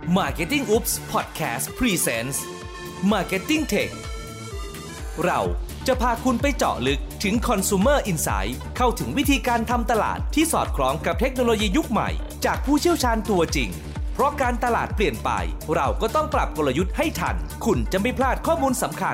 Marketing Oops Podcast Presents Marketing Tech เราจะพาคุณไปเจาะลึกถึง Consumer Insight เข้าถึงวิธีการทำตลาดที่สอดคล้องกับเทคโนโลยียุคใหม่จากผู้เชี่ยวชาญตัวจริงเพราะการตลาดเปลี่ยนไปเราก็ต้องปรับกลยุทธ์ให้ทันคุณจะไม่พลาดข้อมูลสำคัญ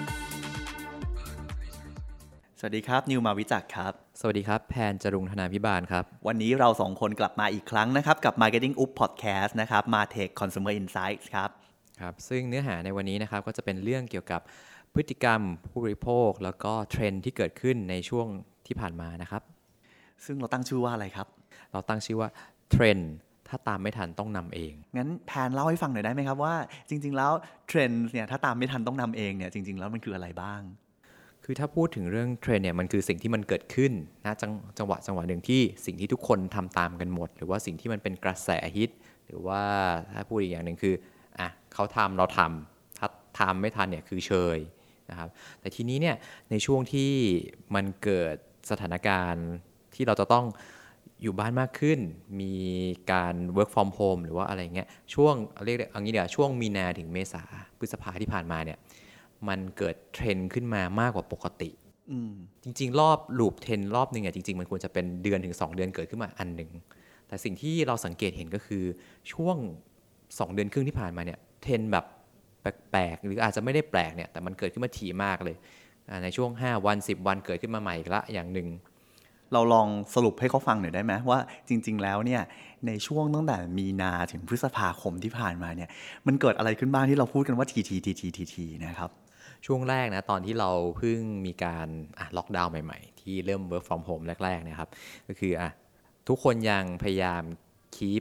สวัสดีครับนิวมาวิจักรครับสวัสดีครับแพนจรุงธนาภิบาลครับวันนี้เรา2คนกลับมาอีกครั้งนะครับกับ Marketing Up Podcast นะครับมา Take Consumer Insights ครับซึ่งเนื้อหาในวันนี้นะครับก็จะเป็นเรื่องเกี่ยวกับพฤติกรรมผู้บริโภคแล้วก็เทรนด์ที่เกิดขึ้นในช่วงที่ผ่านมานะครับซึ่งเราตั้งชื่อว่าอะไรครับเราตั้งชื่อว่าเทรนด์ถ้าตามไม่ทันต้องนำเองงั้นแพนเล่าให้ฟังหน่อยได้ไหมครับว่าจริงๆแล้วเทรนด์เนี่ยถ้าตามไม่ทันต้องนำเองเนี่ยจริงๆแล้วมันคืออะไรบ้างคือถ้าพูดถึงเรื่องเทรนด์เนี่ยมันคือสิ่งที่มันเกิดขึ้นนะจังหวะหนึ่งที่สิ่งที่ทุกคนทำตามกันหมดหรือว่าสิ่งที่มันเป็นกระแสฮิตหรือว่าถ้าพูดอีกอย่างหนึ่งคือเขาทำเราทำถ้าทำไม่ทันเนี่ยคือเชยนะครับแต่ทีนี้เนี่ยในช่วงที่มันเกิดสถานการณ์ที่เราจะต้องอยู่บ้านมากขึ้นมีการ work from home หรือว่าอะไรเงี้ยช่วงเรียกอย่างนี้เดี๋ยวช่วงมีนาถึงเมษาพฤษภาที่ผ่านมาเนี่ยมันเกิดเทรนด์ขึ้นมามากกว่าปกติจริงๆรอบลูปเทรนด์รอบนึงจริงๆมันควรจะเป็นเดือนถึง2เดือนเกิดขึ้นมาอันนึงแต่สิ่งที่เราสังเกตเห็นก็คือช่วง2เดือนครึ่งที่ผ่านมาเนี่ยเทรนด์แบบแปลกๆหรืออาจจะไม่ได้แปลกเนี่ยแต่มันเกิดขึ้นมาถี่มากเลยในช่วง5วัน10วันเกิดขึ้นมาใหม่อีกละอย่างนึงเราลองสรุปให้เขาฟังหน่อยได้ไหมว่าจริงๆแล้วเนี่ยในช่วงตั้งแต่มีนาถึงพฤษภาคมที่ผ่านมาเนี่ยมันเกิดอะไรขึ้นบ้างที่เราพูดกันว่าทีนะครับช่วงแรกนะตอนที่เราเพิ่งมีการล็อกดาวน์ใหม่ๆที่เริ่ม work from home แรกๆนะครับก็คือทุกคนยังพยายาม keep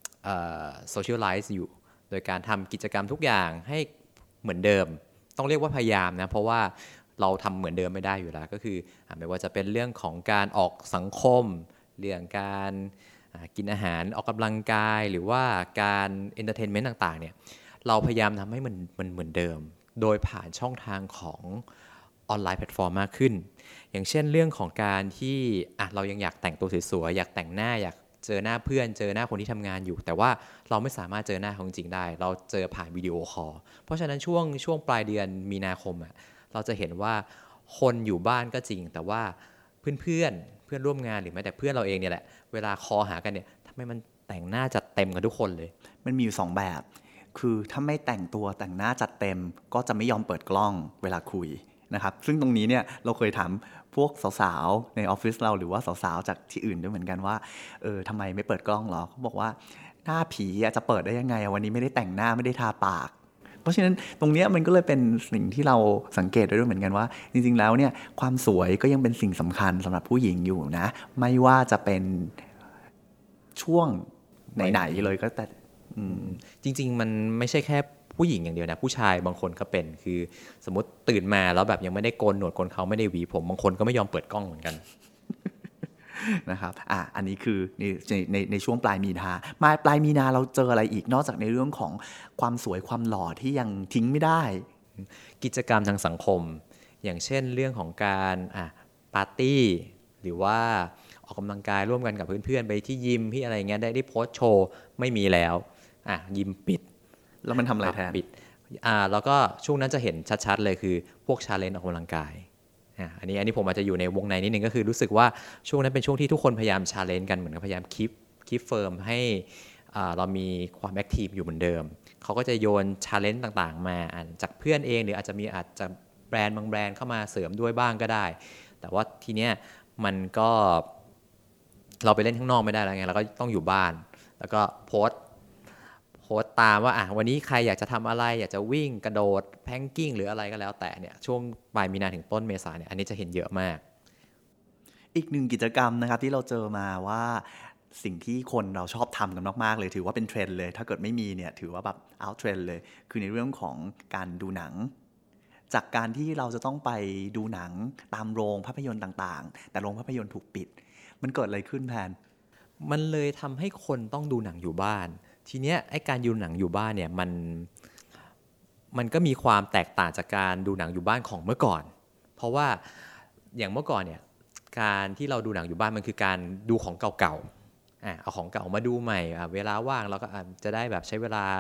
socialize อยู่โดยการทำกิจกรรมทุกอย่างให้เหมือนเดิมต้องเรียกว่าพยายามนะเพราะว่าเราทำเหมือนเดิมไม่ได้อยู่แล้วก็คือไม่ว่าจะเป็นเรื่องของการออกสังคมเรื่องการกินอาหารออกกำลังกายหรือว่าการเอนเตอร์เทนเมนต์ต่างๆเนี่ยเราพยายามทำให้มันเหมือนเดิมโดยผ่านช่องทางของออนไลน์แพลตฟอร์มมากขึ้นอย่างเช่นเรื่องของการที่เรายังอยากแต่งตัวสวยๆอยากแต่งหน้าอยากเจอหน้าเพื่อนเจอหน้าคนที่ทำงานอยู่แต่ว่าเราไม่สามารถเจอหน้าเขาจริงๆได้เราเจอผ่านวิดีโอคอลเพราะฉะนั้นช่วงปลายเดือนมีนาคมเราจะเห็นว่าคนอยู่บ้านก็จริงแต่ว่าเพื่อนร่วมงานหรือแม้แต่เพื่อนเราเองเนี่ยแหละเวลาคอหากันเนี่ยทำไมมันแต่งหน้าจัดเต็มกันทุกคนเลยมันมีอยู่2แบบคือถ้าไม่แต่งตัวแต่งหน้าจัดเต็มก็จะไม่ยอมเปิดกล้องเวลาคุยนะครับซึ่งตรงนี้เนี่ยเราเคยถามพวกสาวๆในออฟฟิศเราหรือว่าสาวๆจากที่อื่นด้วยเหมือนกันว่าทำไมไม่เปิดกล้องหรอเขาบอกว่าหน้าผีจะเปิดได้ยังไงวันนี้ไม่ได้แต่งหน้าไม่ได้ทาปากเพราะฉะนั้นตรงนี้มันก็เลยเป็นสิ่งที่เราสังเกตด้วยเหมือนกันว่าจริงๆแล้วเนี่ยความสวยก็ยังเป็นสิ่งสำคัญสำหรับผู้หญิงอยู่นะไม่ว่าจะเป็นช่วงไหนๆเลยก็แต่จริงๆมันไม่ใช่แค่ผู้หญิงอย่างเดียวนะผู้ชายบางคนก็เป็นคือสมมติตื่นมาแล้วแบบยังไม่ได้โกนหนวดโกนเขาไม่ได้หวีผมบางคนก็ไม่ยอมเปิดกล้องเหมือนกันนะครับอันนี้คือในช่วงปลายมีนาปลายมีนาเราเจออะไรอีกนอกจากในเรื่องของความสวยความหล่อที่ยังทิ้งไม่ได้กิจกรรมทางสังคมอย่างเช่นเรื่องของการปาร์ตี้หรือว่าออกกำลังกายร่วมกันกับเพื่อนๆไปที่ยิมที่อะไรเงี้ยได้โพสต์โชว์ไม่มีแล้วยิมปิดแล้วมันทำอะไรแทนปิดแล้วก็ช่วงนั้นจะเห็นชัดๆเลยคือพวกชาเลนจ์ออกกำลังกายอันนี้ผมอาจจะอยู่ในวงในนิดนึงก็คือรู้สึกว่าช่วงนั้นเป็นช่วงที่ทุกคนพยายามชาเลนจ์กันเหมือนกับพยายามคีปเฟิร์มให้เรามีความแอคทีฟอยู่เหมือนเดิมเขาก็จะโยนชาเลนจ์ต่างๆมาจากเพื่อนเองหรืออาจจะแบรนด์บางแบรนด์เข้ามาเสริมด้วยบ้างก็ได้แต่ว่าทีเนี้ยมันก็เราไปเล่นข้างนอกไม่ได้แล้วไงเราก็ต้องอยู่บ้านแล้วก็โพสต์ตามว่าวันนี้ใครอยากจะทำอะไรอยากจะวิ่งกระโดดแพงกิ้งหรืออะไรก็แล้วแต่เนี่ยช่วงปลายมีนาถึงต้นเมษาเนี่ยอันนี้จะเห็นเยอะมากอีกหนึ่งกิจกรรมนะครับที่เราเจอมาว่าสิ่งที่คนเราชอบทำกันมากๆเลยถือว่าเป็นเทรนด์เลยถ้าเกิดไม่มีเนี่ยถือว่าแบบเอาท์เทรนด์เลยคือในเรื่องของการดูหนังจากการที่เราจะต้องไปดูหนังตามโรงภาพยนตร์ต่างๆแต่โรงภาพยนตร์ถูกปิดมันเกิดอะไรขึ้นแทนมันเลยทำให้คนต้องดูหนังอยู่บ้านทีเนี้ยไอ้การดูหนังอยู่บ้านเนี่ยมันก็มีความแตกต่างจากการดูหนังอยู่บ้านของเมื่อก่อนเพราะว่าอย่างเมื่อก่อนเนี่ยการที่เราดูหนังอยู่บ้านมันคือการดูของเก่าๆเอาของเก่ามาดูใหม่เวลาว่างเราก็จะได้แบบใช้เวลา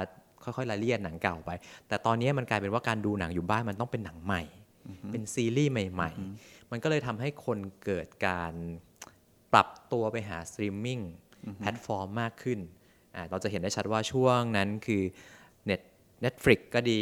ค่อยๆละเลียดหนังเก่าไปแต่ตอนนี้มันกลายเป็นว่าการดูหนังอยู่บ้านมันต้องเป็นหนังใหม่เป็นซีรีส์ใหม่ๆมันก็เลยทำให้คนเกิดการปรับตัวไปหาสตรีมมิ่งแพลตฟอร์มมากขึ้นเราจะเห็นได้ชัดว่าช่วงนั้นคือ Netflix ก็ดี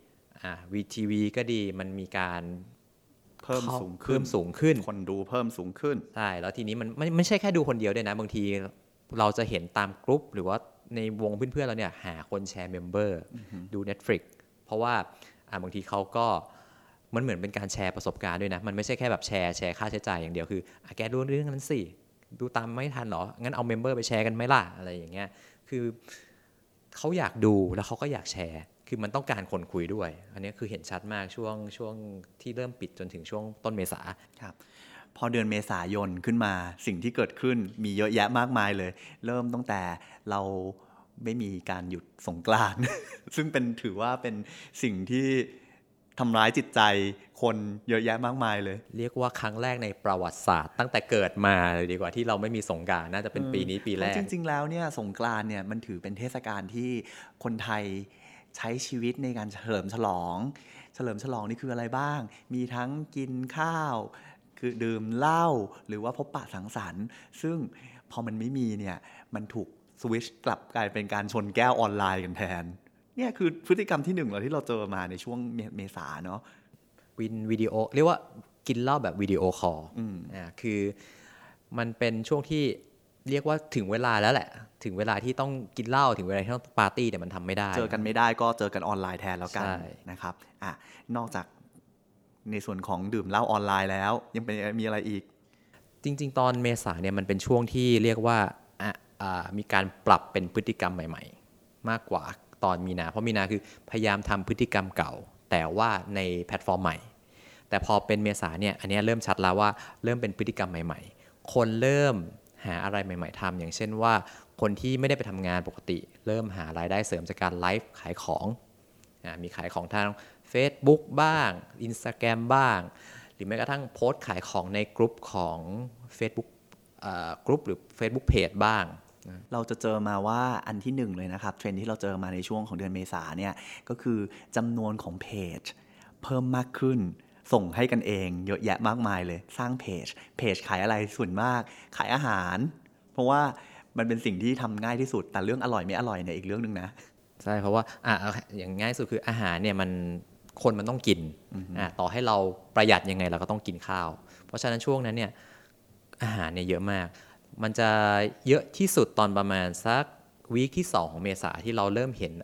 VTV ก็ดีมันมีการเพิ่มสูงขึ้นคนดูเพิ่มสูงขึ้นใช่แล้วทีนี้มันไม่ใช่แค่ดูคนเดียวด้วยนะบางทีเราจะเห็นตามกลุ่มหรือว่าในวงเพื่อนๆเราเนี่ยหาคนแชร์เมมเบอร์ดู Netflix เพราะว่าบางทีเขาก็มันเหมือนเป็นการแชร์ประสบการณ์ด้วยนะมันไม่ใช่แค่แบบแชร์ค่าใช้จ่ายอย่างเดียวคือแกดูเรื่องนั้นสิดูตามไม่ทันหรองั้นเอาเมมเบอร์ไปแชร์กันไหมล่ะอะไรอย่างเงี้ยคือเขาอยากดูแล้วเขาก็อยากแชร์คือมันต้องการคนคุยด้วยอันนี้คือเห็นชัดมากช่วงที่เริ่มปิดจนถึงช่วงต้นเมษาครับพอเดือนเมษายนขึ้นมาสิ่งที่เกิดขึ้นมีเยอะแยะมากมายเลยเริ่มตั้งแต่เราไม่มีการหยุดสงกรานต์ ซึ่งถือว่าเป็นสิ่งที่ทำร้ายจิตใจคนเยอะแยะมากมายเลยเรียกว่าครั้งแรกในประวัติศาสตร์ตั้งแต่เกิดมาเลยดีกว่าที่เราไม่มีสงกรานต์น่าจะเป็นปีนี้ปีแรกจริงๆแล้วเนี่ยสงกรานต์เนี่ยมันถือเป็นเทศกาลที่คนไทยใช้ชีวิตในการเฉลิมฉลองนี่คืออะไรบ้างมีทั้งกินข้าวคือดื่มเหล้าหรือว่าพบปะสังสรรค์ซึ่งพอมันไม่มีเนี่ยมันถูกสวิตช์กลับกลายเป็นการชนแก้วออนไลน์กันแทนเนี่ยคือพฤติกรรมที่หนึ่งเราที่เราเจอมาในช่วงเมษาเนาะวิดีโอเรียกว่ากินเหล้าแบบวิดีโอคอลคือมันเป็นช่วงที่เรียกว่าถึงเวลาแล้วแหละถึงเวลาที่ต้องกินเหล้าถึงเวลาที่ต้องปาร์ตี้แต่มันทำไม่ได้เจอกันไม่ได้ก็เจอกันออนไลน์แทนแล้วกันนะครับนอกจากในส่วนของดื่มเหล้าออนไลน์แล้วยังมีอะไรอีกจริงๆตอนเมษาเนี่ยมันเป็นช่วงที่เรียกว่ามีการปรับเป็นพฤติกรรมใหม่ๆมากกว่าตอนมีนาเพราะมีนาคือพยายามทำพฤติกรรมเก่าแต่ว่าในแพลตฟอร์มใหม่แต่พอเป็นเมษาเนี่ยอันนี้เริ่มชัดแล้วว่าเริ่มเป็นพฤติกรรมใหม่ๆคนเริ่มหาอะไรใหม่ๆทำอย่างเช่นว่าคนที่ไม่ได้ไปทำงานปกติเริ่มหารายได้เสริมจากการไลฟ์ขายของมีขายของทาง Facebook บ้าง Instagram บ้างหรือแม้กระทั่งโพสต์ขายของในกลุ่มของ Facebook กลุ่มหรือ Facebook Page บ้างเราจะเจอมาว่าอันที่หนึ่งเลยนะครับเทรนด์ที่เราเจอมาในช่วงของเดือนเมษาเนี่ยก็คือจำนวนของเพจเพิ่มมากขึ้นส่งให้กันเองเยอะแยะมากมายเลยสร้างเพจขายอะไรส่วนมากขายอาหารเพราะว่ามันเป็นสิ่งที่ทำง่ายที่สุดแต่เรื่องอร่อยไม่อร่อยเนี่ยอีกเรื่องนึงนะใช่เพราะว่าอย่างง่ายสุดคืออาหารเนี่ยคนมันต้องกินต่อให้เราประหยัดยังไงเราก็ต้องกินข้าวเพราะฉะนั้นช่วงนั้นเนี่ยอาหารเนี่ยเยอะมากมันจะเยอะที่สุดตอนประมาณสักวีคที่2ของเมษาที่เราเริ่มเห็น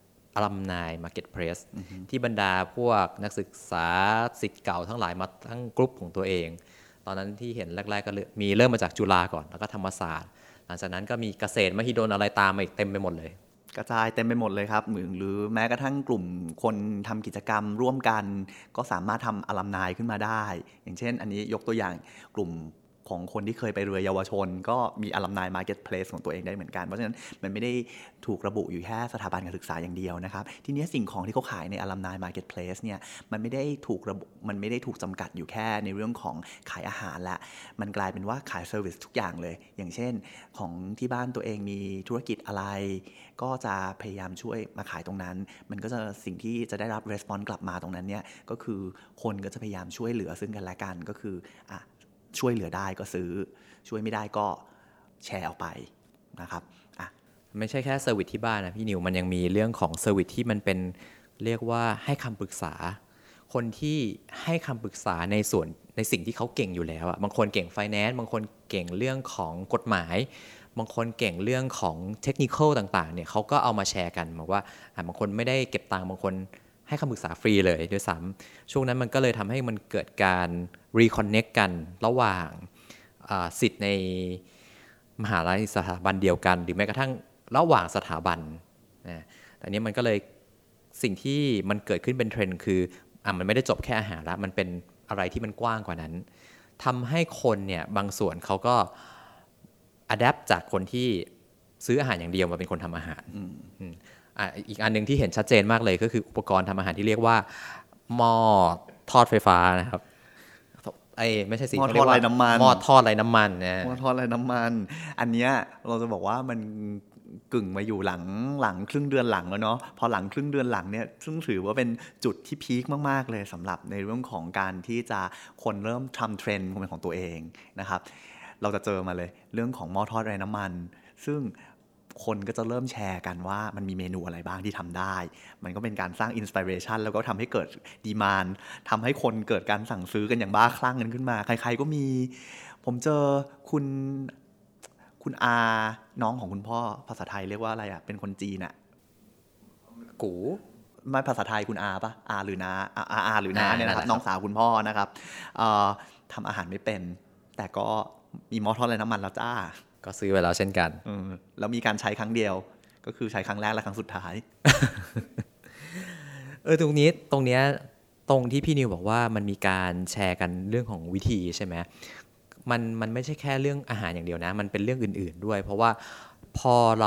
Alumni Marketplace ที่บรรดาพวกนักศึกษาศิษย์เก่าทั้งหลายมาทั้งกลุ่มของตัวเองตอนนั้นที่เห็นแรกๆก็มีเริ่มมาจากจุฬาก่อนแล้วก็ธรรมศาสตร์หลังจากนั้นก็มีเกษตรมหิดลอะไรตามมาอีกเต็มไปหมดเลยกระจายเต็มไปหมดเลยครับหรือแม้กระทั่งกลุ่มคนทำกิจกรรมร่วมกันก็สามารถทำอลัมไนขึ้นมาได้อย่างเช่นอันนี้ยกตัวอย่างกลุ่มของคนที่เคยไปเรือเยาวชนก็มี Alumni Marketplace ของตัวเองได้เหมือนกันเพราะฉะนั้นมันไม่ได้ถูกระบุอยู่แค่สถาบันการศึกษาอย่างเดียวนะครับทีนี้สิ่งของที่เขาขายใน Alumni Marketplace เนี่ยมันไม่ได้ถูกจำกัดอยู่แค่ในเรื่องของขายอาหารละมันกลายเป็นว่าขายเซอร์วิสทุกอย่างเลยอย่างเช่นของที่บ้านตัวเองมีธุรกิจอะไรก็จะพยายามช่วยมาขายตรงนั้นมันก็จะสิ่งที่จะได้รับ response กลับมาตรงนั้นเนี่ยก็คือคนก็จะพยายามช่วยเหลือซึ่งกันและกันก็คือช่วยเหลือได้ก็ซื้อช่วยไม่ได้ก็แชร์ออกไปนะครับไม่ใช่แค่เซอร์วิสที่บ้านนะพี่นิวมันยังมีเรื่องของเซอร์วิสที่มันเป็นเรียกว่าให้คำปรึกษาคนที่ให้คำปรึกษาในสิ่งที่เขาเก่งอยู่แล้วบางคนเก่งไฟแนนซ์บางคนเก่งเรื่องของกฎหมายบางคนเก่งเรื่องของเทคนิคต่างๆเนี่ยเขาก็เอามาแชร์กันบอกว่าบางคนไม่ได้เก็บตังค์บางคนให้คำปรึกษาฟรีเลยด้วยซ้ำช่วงนั้นมันก็เลยทำให้มันเกิดการรีคอนเนคกันระหว่างสิทธิ์ในมหาลัยสถาบันเดียวกันหรือแม้กระทั่งระหว่างสถาบันแต่นี้มันก็เลยสิ่งที่มันเกิดขึ้นเป็นเทรนด์คือมันไม่ได้จบแค่อาหารละมันเป็นอะไรที่มันกว้างกว่านั้นทำให้คนเนี่ยบางส่วนเขาก็อะแดปจากคนที่ซื้ออาหารอย่างเดียวมาเป็นคนทำอาหารอีกอันนึงที่เห็นชัดเจนมากเลยก็คืออุปกรณ์ทำอาหารที่เรียกว่าหม้อทอดไฟฟ้านะครับไม่ใช่สิหม้อทอดไร้น้ำมันหม้อทอดไร้น้ำมันนะหม้อทอดไร้น้ำมันอันเนี้ยเราจะบอกว่ามันกึ่งมาอยู่หลังครึ่งเดือนหลังแล้วเนาะพอหลังครึ่งเดือนหลังเนี่ยซึ่งถือว่าเป็นจุดที่พีคมากๆเลยสำหรับในเรื่องของการที่จะคนเริ่มทำเทรนด์เป็นของตัวเองนะครับเราจะเจอมาเลยเรื่องของหม้อทอดไร้น้ำมันซึ่งคนก็จะเริ่มแชร์กันว่ามันมีเมนูอะไรบ้างที่ทำได้มันก็เป็นการสร้างอินสปิเรชันแล้วก็ทำให้เกิดดีมานด์ทำให้คนเกิดการสั่งซื้อกันอย่างบ้าคลั่งกันขึ้นมาใครๆก็มีผมเจอคุณอาน้องของคุณพ่อภาษาไทยเรียกว่าอะไรอ่ะเป็นคนจีนอ่ะกูไม่ภาษาไทยคุณอาปะอาหรือนาอาหรือนาเนี่ยนะครับน้องสาวคุณพ่อนะครับทำอาหารไม่เป็นแต่ก็มีหม้อทอดไร้น้ำมันแล้วจ้าก็ซื้อไปแล้วเช่นกันแล้วมีการใช้ครั้งเดียวก็คือใช้ครั้งแรกและครั้งสุดท้ายตรงที่พี่นิวบอกว่ามันมีการแชร์กันเรื่องของวิธีใช่ไหมมันไม่ใช่แค่เรื่องอาหารอย่างเดียวนะมันเป็นเรื่องอื่นๆด้วยเพราะว่าพอเรา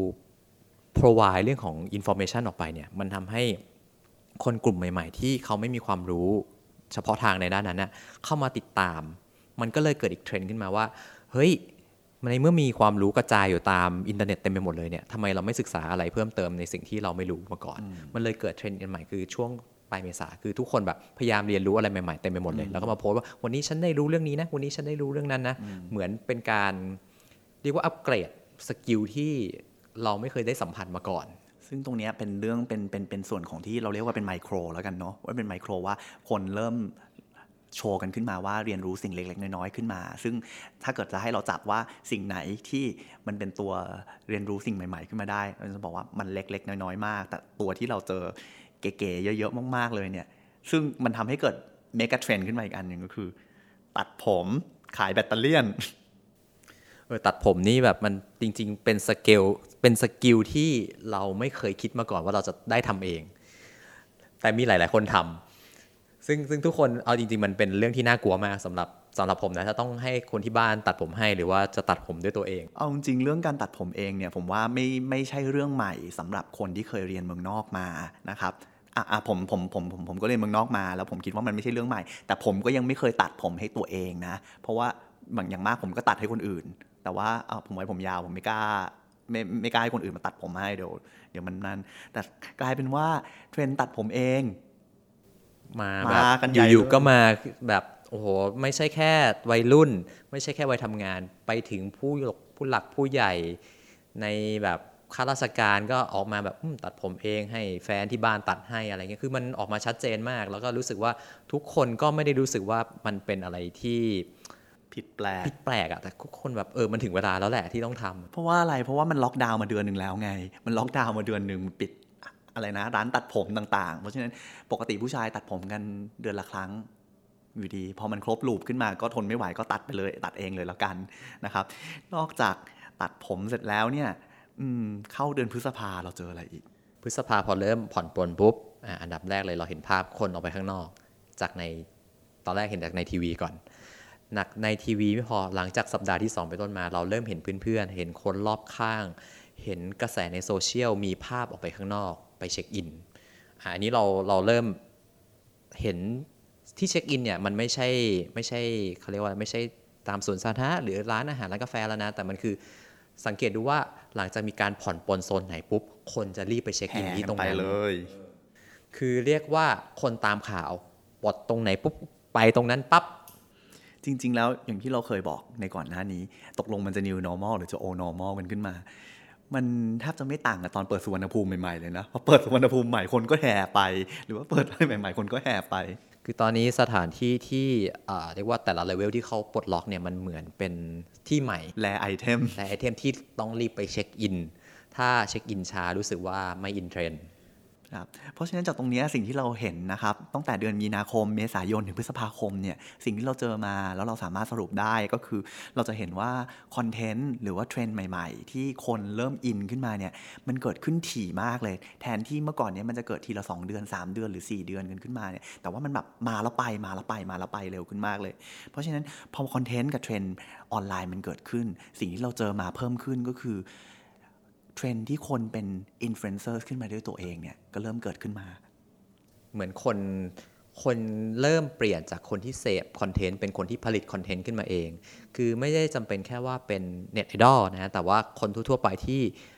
provide เรื่องของ information ออกไปเนี่ยมันทำให้คนกลุ่มใหม่ๆที่เขาไม่มีความรู้เฉพาะทางในด้านนั้นนะเข้ามาติดตามมันก็เลยเกิดอีกเทรนด์ขึ้นมาว่าเฮ้ยในเมื่อมีความรู้กระจายอยู่ตามอินเทอร์เน็ตเต็มไปหมดเลยเนี่ยทำไมเราไม่ศึกษาอะไรเพิ่มเติมในสิ่งที่เราไม่รู้มาก่อนมันเลยเกิดเทรนด์ใหม่คือช่วงปลายเมษาคือทุกคนแบบพยายามเรียนรู้อะไรใหม่ๆเต็มไปหมดเลยแล้วก็มาโพสต์ว่าวันนี้ฉันได้รู้เรื่องนี้นะวันนี้ฉันได้รู้เรื่องนั้นนะเหมือนเป็นการเรียกว่าอัปเกรดสกิลที่เราไม่เคยได้สัมผัสมาก่อนซึ่งตรงนี้เป็นเรื่องเป็นส่วนของที่เราเรียกว่าเป็นไมโครแล้วกันเนาะว่าเป็นไมโครว่าคนเริ่มโชว์กันขึ้นมาว่าเรียนรู้สิ่งเล็กๆน้อยๆขึ้นมาซึ่งถ้าเกิดจะให้เราจับว่าสิ่งไหนที่มันเป็นตัวเรียนรู้สิ่งใหม่ๆขึ้นมาได้เราจะบอกว่ามันเล็กๆน้อยๆมากแต่ตัวที่เราเจอเก๋ๆเยอะๆมากๆเลยเนี่ยซึ่งมันทำให้เกิดเมกะเทรนด์ขึ้นมาอีกอันหนึ่งก็คือตัดผมขายแบตเตอรี่ตัดผมนี่แบบมันจริงๆเป็นสกิลที่เราไม่เคยคิดมาก่อนว่าเราจะได้ทำเองแต่มีหลายๆคนทำซึ่งทุกคนเอาจริงๆมันเป็นเรื่องที่น่ากลัวมากสำหรับผมนะถ้าต้องให้คนที่บ้านตัดผมให้หรือว่าจะตัดผมด้วยตัวเองเอาจริงๆเรื่องการตัดผมเองเนี่ยผมว่าไม่ใช่เรื่องใหม่สำหรับคนที่เคยเรียนเมืองนอกมานะครับผมก็เรียนเมืองนอกมาแล้วผมคิดว่ามันไม่ใช่เรื่องใหม่แต่ผมก็ยังไม่เคยตัดผมให้ตัวเองนะเพราะว่าอย่างมากผมก็ตัดให้คนอื่นแต่ว่าผมไว้ผมยาวผมไม่กล้าให้คนอื่นมาตัดผมให้เดี๋ยวมันนั่นแต่กลายเป็นว่าเทรนด์ตัดผมเองมากันอยู่ๆก็มาแบบโอ้โหไม่ใช่แค่วัยรุ่นไม่ใช่แค่วัยทำงานไปถึงผู้หลักผู้ใหญ่ในแบบข้าราชการก็ออกมาแบบตัดผมเองให้แฟนที่บ้านตัดให้อะไรเงี้ยคือมันออกมาชัดเจนมากแล้วก็รู้สึกว่าทุกคนก็ไม่ได้รู้สึกว่ามันเป็นอะไรที่ผิดแปลกอะแต่ทุกคนแบบมันถึงเวลาแล้วแหละที่ต้องทำเพราะว่าอะไรเพราะว่ามันล็อกดาวน์มาเดือนนึงแล้วไงมันล็อกดาวน์มาเดือนนึงปิดอะไรนะร้านตัดผมต่างๆเพราะฉะนั้นปกติผู้ชายตัดผมกันเดือนละครั้งอยู่ดีพอมันครบลูปขึ้นมาก็ทนไม่ไหวก็ตัดไปเลยตัดเองเลยแล้วกันนะครับนอกจากตัดผมเสร็จแล้วเนี่ยเข้าเดือนพฤษภาเราเจออะไรอีกพฤษภาพอเริ่มผ่อนปลนปุ๊บอันดับแรกเลยเราเห็นภาพคนออกไปข้างนอกจากในตอนแรกเห็นจากในทีวีก่อนหนักในทีวีไม่พอหลังจากสัปดาห์ที่2ไปต้นมาเราเริ่มเห็นเพื่อนๆเห็นคนรอบข้างเห็นกระแสในโซเชียลมีภาพออกไปข้างนอกไปเช็คอินอันนี้เราเริ่มเห็นที่เช็คอินเนี่ยมันไม่ใช่เขาเรียกว่าไม่ใช่ตามสวนสาธารณะหรือร้านอาหารร้านกาแฟแล้วนะแต่มันคือสังเกตดูว่าหลังจากมีการผ่อนปลนโซนไหนปุ๊บคนจะรีบไปเช็คอินที่ตรงนั้นเลยคือเรียกว่าคนตามข่าวปลดตรงไหนปุ๊บไปตรงนั้นปั๊บจริงๆแล้วอย่างที่เราเคยบอกในก่อนหน้านี้ตกลงมันจะ new normal หรือจะ old normal กันขึ้นมามันแทบจะไม่ต่างกับตอนเปิดสุวรรณภูมิใหม่ๆเลยนะพอเปิดสุวรรณภูมิใหม่คนก็แห่ไปหรือว่าเปิดอะไรใหม่ๆคนก็แห่ไปคือตอนนี้สถานที่ที่เรียกว่าแต่ละเลเวลที่เขาปลดล็อกเนี่ยมันเหมือนเป็นที่ใหม่แลไอเทมที่ต้องรีบไปเช็คอินถ้าเช็คอินช้ารู้สึกว่าไม่อินเทรนด์ครับเพราะฉะนั้นจากตรงนี้สิ่งที่เราเห็นนะครับตั้งแต่เดือนมีนาคมเมษายนถึงพฤษภาคมเนี่ยสิ่งที่เราเจอมาแล้วเราสามารถสรุปได้ก็คือเราจะเห็นว่าคอนเทนต์หรือว่าเทรนด์ใหม่ๆที่คนเริ่มอินขึ้นมาเนี่ยมันเกิดขึ้นถี่มากเลยแทนที่เมื่อก่อนเนี่ยมันจะเกิดทีละ2เดือน3เดือนหรือ4เดือนกันขึ้นมาเนี่ยแต่ว่ามันแบบมาแล้วไปเร็วขึ้นมากเลยเพราะฉะนั้นพอคอนเทนต์กับเทรนด์ออนไลน์มันเกิดขึ้นสิ่งที่เราเจอมาเพิ่มขึ้นก็คือเทรนด์ที่คนเป็นอินฟลูเอนเซอร์ขึ้นมาด้วยตัวเองเนี่ยก็เริ่มเกิดขึ้นมาเหมือนคนเริ่มเปลี่ยนจากคนที่เสพคอนเทนต์เป็นคนที่ผลิตคอนเทนต์ขึ้นมาเองคือไม่ได้จำเป็นแค่ว่าเป็นเน็ตไอดอลนะแต่ว่าคนทั่วๆไปที่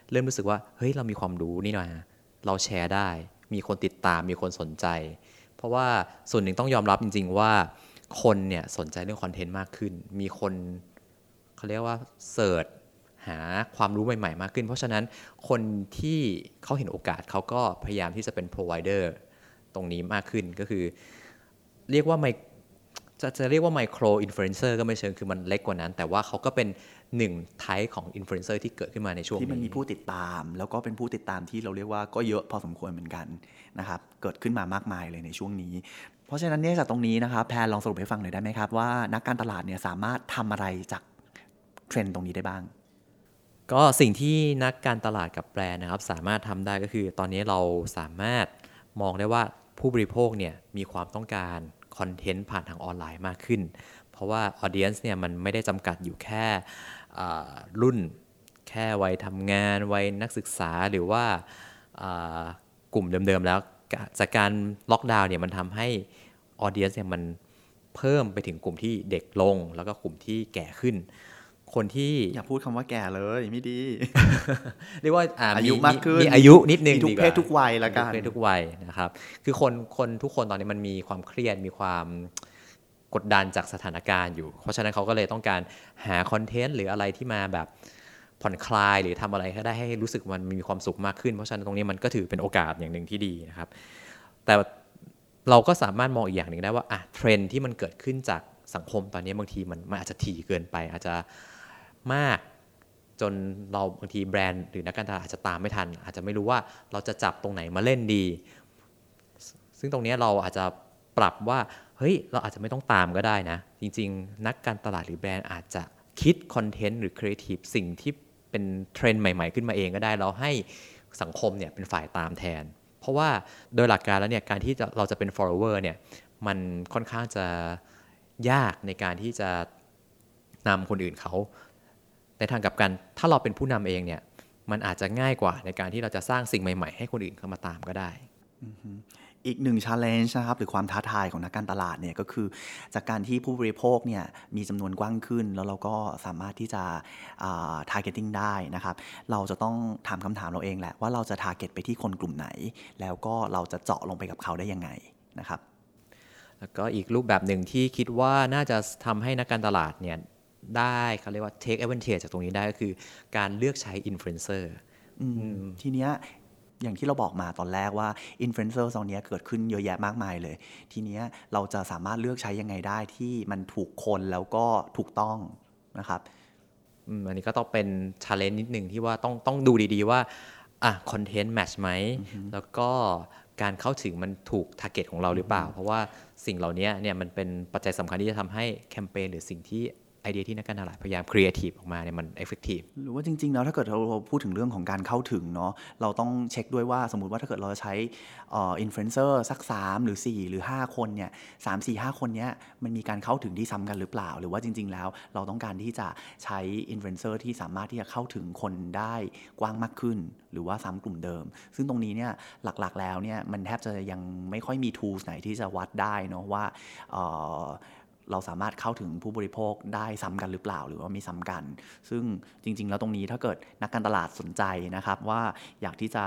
เริ่มรู้สึกว่าเฮ้ยเรามีความรู้นี่หน่อยเราแชร์ได้มีคนติดตามมีคนสนใจเพราะว่าส่วนหนึ่งต้องยอมรับจริงๆว่าคนเนี่ยสนใจเรื่องคอนเทนต์มากขึ้นมีคนเขาเรียกว่าเสิร์ชหาความรู้ใหม่ๆมากขึ้นเพราะฉะนั้นคนที่เขาเห็นโอกาสเขาก็พยายามที่จะเป็น provider ตรงนี้มากขึ้นก็คือเรียกว่าจะเรียกว่าไมโครอินฟลูเอนเซอร์ก็ไม่เชิงคือมันเล็กกว่านั้นแต่ว่าเขาก็เป็นหนึ่งไทป์ของอินฟลูเอนเซอร์ที่เกิดขึ้นมาในช่วงนี้ที่มันมีผู้ติดตามแล้วก็เป็นผู้ติดตามที่เราเรียกว่าก็เยอะพอสมควรเหมือนกันนะครับเกิดขึ้นมามากมายเลยในช่วงนี้เพราะฉะนั้นเนี่ยจากตรงนี้นะครับแพรลองสรุปให้ฟังหน่อยได้ไหมครับว่านักการตลาดเนี่ยสามารถทำอะไรจากเทรนด์ตรงนี้ได้บ้างก็สิ่งที่นักการตลาดกับแบรนด์นะครับสามารถทำได้ก็คือตอนนี้เราสามารถมองได้ว่าผู้บริโภคเนี่ยมีความต้องการคอนเทนต์ผ่านทางออนไลน์มากขึ้นเพราะว่าออเดียนซ์เนี่ยมันไม่ได้จำกัดอยู่แค่รุ่นแค่วัยทำงานวัยนักศึกษาหรือว่ากลุ่มเดิมๆแล้วจากการล็อกดาวน์เนี่ยมันทำให้ออเดียนซ์เนี่ยมันเพิ่มไปถึงกลุ่มที่เด็กลงแล้วก็กลุ่มที่แก่ขึ้นคนที่อย่าพูดคำว่าแก่เลยไม่ดีเรียกว่าอายุมากขึ้นมีอายุนิดนึงทุกเพศทุกวัยละกันทุกเพศทุกวัยนะครับคือคนทุกคนตอนนี้มันมีความเครียดมีความกดดันจากสถานการณ์อยู่เพราะฉะนั้นเขาก็เลยต้องการหาคอนเทนต์หรืออะไรที่มาแบบผ่อนคลายหรือทำอะไรก็ได้ให้รู้สึกมันมีความสุขมากขึ้นเพราะฉะนั้นตรงนี้มันก็ถือเป็นโอกาสอย่างหนึ่งที่ดีนะครับแต่เราก็สามารถมองอีกอย่างหนึ่งได้ว่าเทรนด์ที่มันเกิดขึ้นจากสังคมตอนนี้บางทีมันอาจจะถี่เกินไปอาจจะมากจนเราบางทีแบรนด์หรือนักการตลาดอาจจะตามไม่ทันอาจจะไม่รู้ว่าเราจะจับตรงไหนมาเล่นดีซึ่งตรงนี้เราอาจจะปรับว่าเฮ้ยเราอาจจะไม่ต้องตามก็ได้นะจริงๆนักการตลาดหรือแบรนด์อาจจะคิดคอนเทนต์หรือครีเอทีฟสิ่งที่เป็นเทรนด์ใหม่ๆขึ้นมาเองก็ได้เราให้สังคมเนี่ยเป็นฝ่ายตามแทนเพราะว่าโดยหลักการแล้วเนี่ยการที่เราจะเป็น follower เนี่ยมันค่อนข้างจะยากในการที่จะนำคนอื่นเขาในทางกลับกันถ้าเราเป็นผู้นำเองเนี่ยมันอาจจะง่ายกว่าในการที่เราจะสร้างสิ่งใหม่ๆให้คนอื่นเข้ามาตามก็ได้อีกหนึ่ง challenge นะครับหรือความท้าทายของนักการตลาดเนี่ยก็คือจากการที่ผู้บริโภคเนี่ยมีจำนวนกว้างขึ้นแล้วเราก็สามารถที่จะtargeting ได้นะครับเราจะต้องถามคำถามเราเองแหละว่าเราจะ target ไปที่คนกลุ่มไหนแล้วก็เราจะเจาะลงไปกับเขาได้ยังไงนะครับแล้วก็อีกรูปแบบหนึ่งที่คิดว่าน่าจะทำให้นักการตลาดเนี่ยได้เขาเรียกว่า take advantage จากตรงนี้ได้ก็คือการเลือกใช้ influencer ทีเนี้ยอย่างที่เราบอกมาตอนแรกว่าอินฟลูเอนเซอร์ตอนนี้เกิดขึ้นเยอะแยะมากมายเลยทีเนี้ยเราจะสามารถเลือกใช้ยังไงได้ที่มันถูกคนแล้วก็ถูกต้องนะครับอันนี้ก็ต้องเป็น challenge นิดนึงที่ว่าต้องดูดีๆว่าคอนเทนต์แมทช์ไหมแล้วก็การเข้าถึงมันถูก target ของเราหรือเปล่าเพราะว่าสิ่งเหล่านี้เนี่ยมันเป็นปัจจัยสำคัญที่จะทำให้แคมเปญหรือสิ่งที่ไอเดียที่นักการตลาดพยายามครีเอทีฟออกมาเนี่ยมันเอฟเฟกตีฟหรือว่าจริงๆแล้วถ้าเกิดเราพูดถึงเรื่องของการเข้าถึงเนาะเราต้องเช็คด้วยว่าสมมุติว่าถ้าเกิดเราใช้อินฟลูเอนเซอร์สัก3หรือ4หรือ5คนเนี่ย3 4 5คนเนี้ยมันมีการเข้าถึงที่ซ้ำกันหรือเปล่าหรือว่าจริงๆแล้วเราต้องการที่จะใช้อินฟลูเอนเซอร์ที่สามารถที่จะเข้าถึงคนได้กว้างมากขึ้นหรือว่าซ้ำกลุ่มเดิมซึ่งตรงนี้เนี่ยหลักๆแล้วเนี่ยมันแทบจะยังไม่ค่อยมี tools ไหนที่จะวัดได้เนาะว่าเราสามารถเข้าถึงผู้บริโภคได้ซ้ำกันหรือเปล่าหรือว่าไม่ซ้ำกันซึ่งจริงๆแล้วตรงนี้ถ้าเกิดนักการตลาดสนใจนะครับว่าอยากที่จะ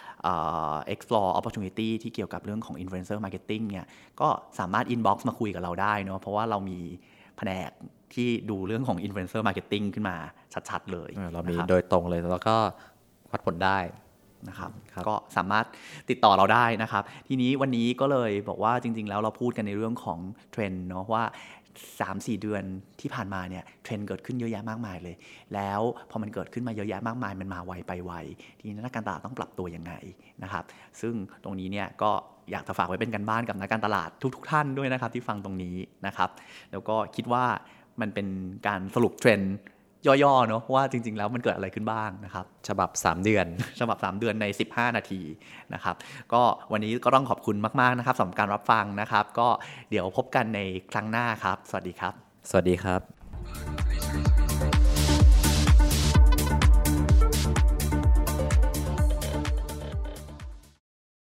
explore opportunity ที่เกี่ยวกับเรื่องของ influencer marketing เนี่ยก็สามารถ inbox มาคุยกับเราได้เนาะเพราะว่าเรามีแผนกที่ดูเรื่องของ influencer marketing ขึ้นมาชัดๆเลยเรามีโดยตรงเลยแล้วก็วัดผลได้นะครับก็สามารถติดต่อเราได้นะครับทีนี้วันนี้ก็เลยบอกว่าจริงๆแล้วเราพูดกันในเรื่องของเทรนด์เนาะว่า 3-4 เดือนที่ผ่านมาเนี่ยเทรนด์เกิดขึ้นเยอะแยะมากมายเลยแล้วพอมันเกิดขึ้นมาเยอะแยะมากมายมันมาไวไปไวทีนี้นักการตลาดต้องปรับตัวยังไงนะครับซึ่งตรงนี้เนี่ยก็อยากจะฝากไว้เป็นการบ้านกับนักการตลาดทุกท่านด้วยนะครับที่ฟังตรงนี้นะครับแล้วก็คิดว่ามันเป็นการสรุปเทรนด์ย่อๆเนาะว่าจริงๆแล้วมันเกิดอะไรขึ้นบ้างนะครับฉบับ3 เดือนฉบับ3 เดือนใน15 นาทีนะครับก็วันนี้ก็ต้องขอบคุณมากๆนะครับสำหรับการรับฟังนะครับก็เดี๋ยวพบกันในครั้งหน้าครับสวัสดีครับสวัสดีครับ